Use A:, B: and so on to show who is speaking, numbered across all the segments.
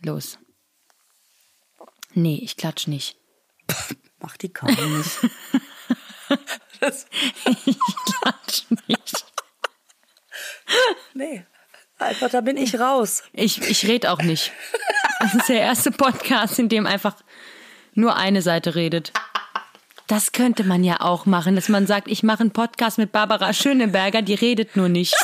A: Los. Nee, ich klatsch nicht.
B: Mach die kaum nicht.
A: Ich klatsch nicht.
B: Nee, einfach, da bin ich raus.
A: Ich rede auch nicht. Das ist der erste Podcast, in dem einfach nur eine Seite redet. Das könnte man ja auch machen, dass man sagt, ich mache einen Podcast mit Barbara Schöneberger, die redet nur nicht.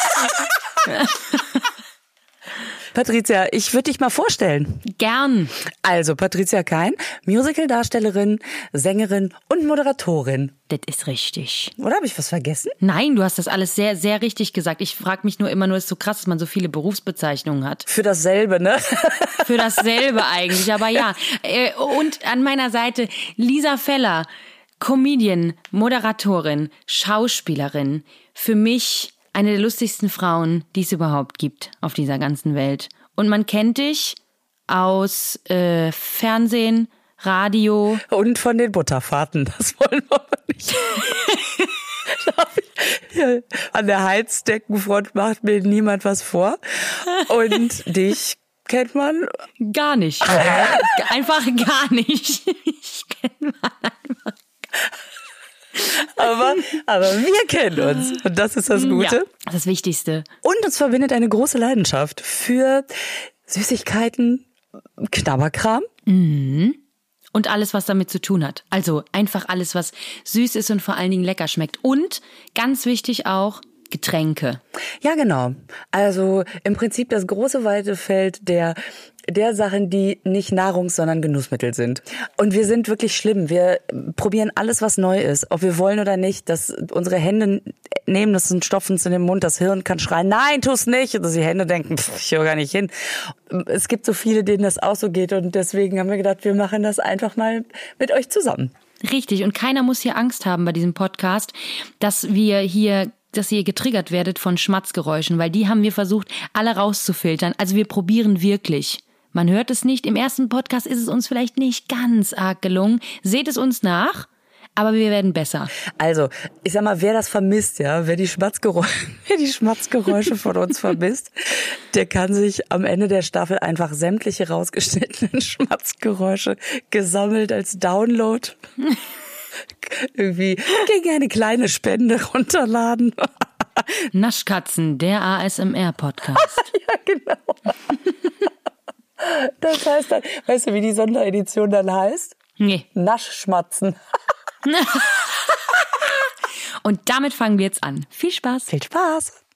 B: Patricia, ich würde dich mal vorstellen.
A: Gern.
B: Also, Patricia Kein, Musicaldarstellerin, Sängerin und Moderatorin.
A: Das ist richtig.
B: Oder habe ich was vergessen?
A: Nein, du hast das alles sehr, sehr richtig gesagt. Ich frage mich nur immer, es ist so krass, dass man so viele Berufsbezeichnungen hat.
B: Für dasselbe, ne?
A: Für dasselbe eigentlich, aber ja. Und an meiner Seite Lisa Feller, Comedian, Moderatorin, Schauspielerin. Für mich eine der lustigsten Frauen, die es überhaupt gibt auf dieser ganzen Welt. Und man kennt dich aus Fernsehen, Radio.
B: Und von den Butterfahrten, das wollen wir aber nicht. An der Heizdeckenfront macht mir niemand was vor. Und dich kennt man?
A: Gar nicht. Einfach gar nicht. Ich kenne man einfach.
B: Aber wir kennen uns. Und das ist das Gute.
A: Ja, das Wichtigste.
B: Und uns verbindet eine große Leidenschaft für Süßigkeiten, Knabberkram.
A: Mhm. Und alles, was damit zu tun hat. Also einfach alles, was süß ist und vor allen Dingen lecker schmeckt. Und ganz wichtig auch Getränke.
B: Ja, genau. Also im Prinzip das große weite Feld der Sachen, die nicht Nahrungs-, sondern Genussmittel sind. Und wir sind wirklich schlimm. Wir probieren alles, was neu ist, ob wir wollen oder nicht. Dass unsere Hände nehmen das und stopfen es in den Mund. Das Hirn kann schreien, nein, tu's nicht. Und die Hände denken, ich höre gar nicht hin. Es gibt so viele, denen das auch so geht. Und deswegen haben wir gedacht, wir machen das einfach mal mit euch zusammen.
A: Richtig. Und keiner muss hier Angst haben bei diesem Podcast, dass ihr getriggert werdet von Schmatzgeräuschen, weil die haben wir versucht, alle rauszufiltern. Also wir probieren wirklich. Man hört es nicht. Im ersten Podcast ist es uns vielleicht nicht ganz arg gelungen. Seht es uns nach, aber wir werden besser.
B: Also, ich sag mal, wer das vermisst, ja, wer die Schmatzgeräusche von uns vermisst, der kann sich am Ende der Staffel einfach sämtliche rausgeschnittenen Schmatzgeräusche gesammelt als Download irgendwie gegen eine kleine Spende runterladen.
A: Naschkatzen, der ASMR-Podcast.
B: Ja, genau. Das heißt dann, weißt du, wie die Sonderedition dann heißt?
A: Nee.
B: Naschschmatzen.
A: Und damit fangen wir jetzt an. Viel Spaß.
B: Viel Spaß.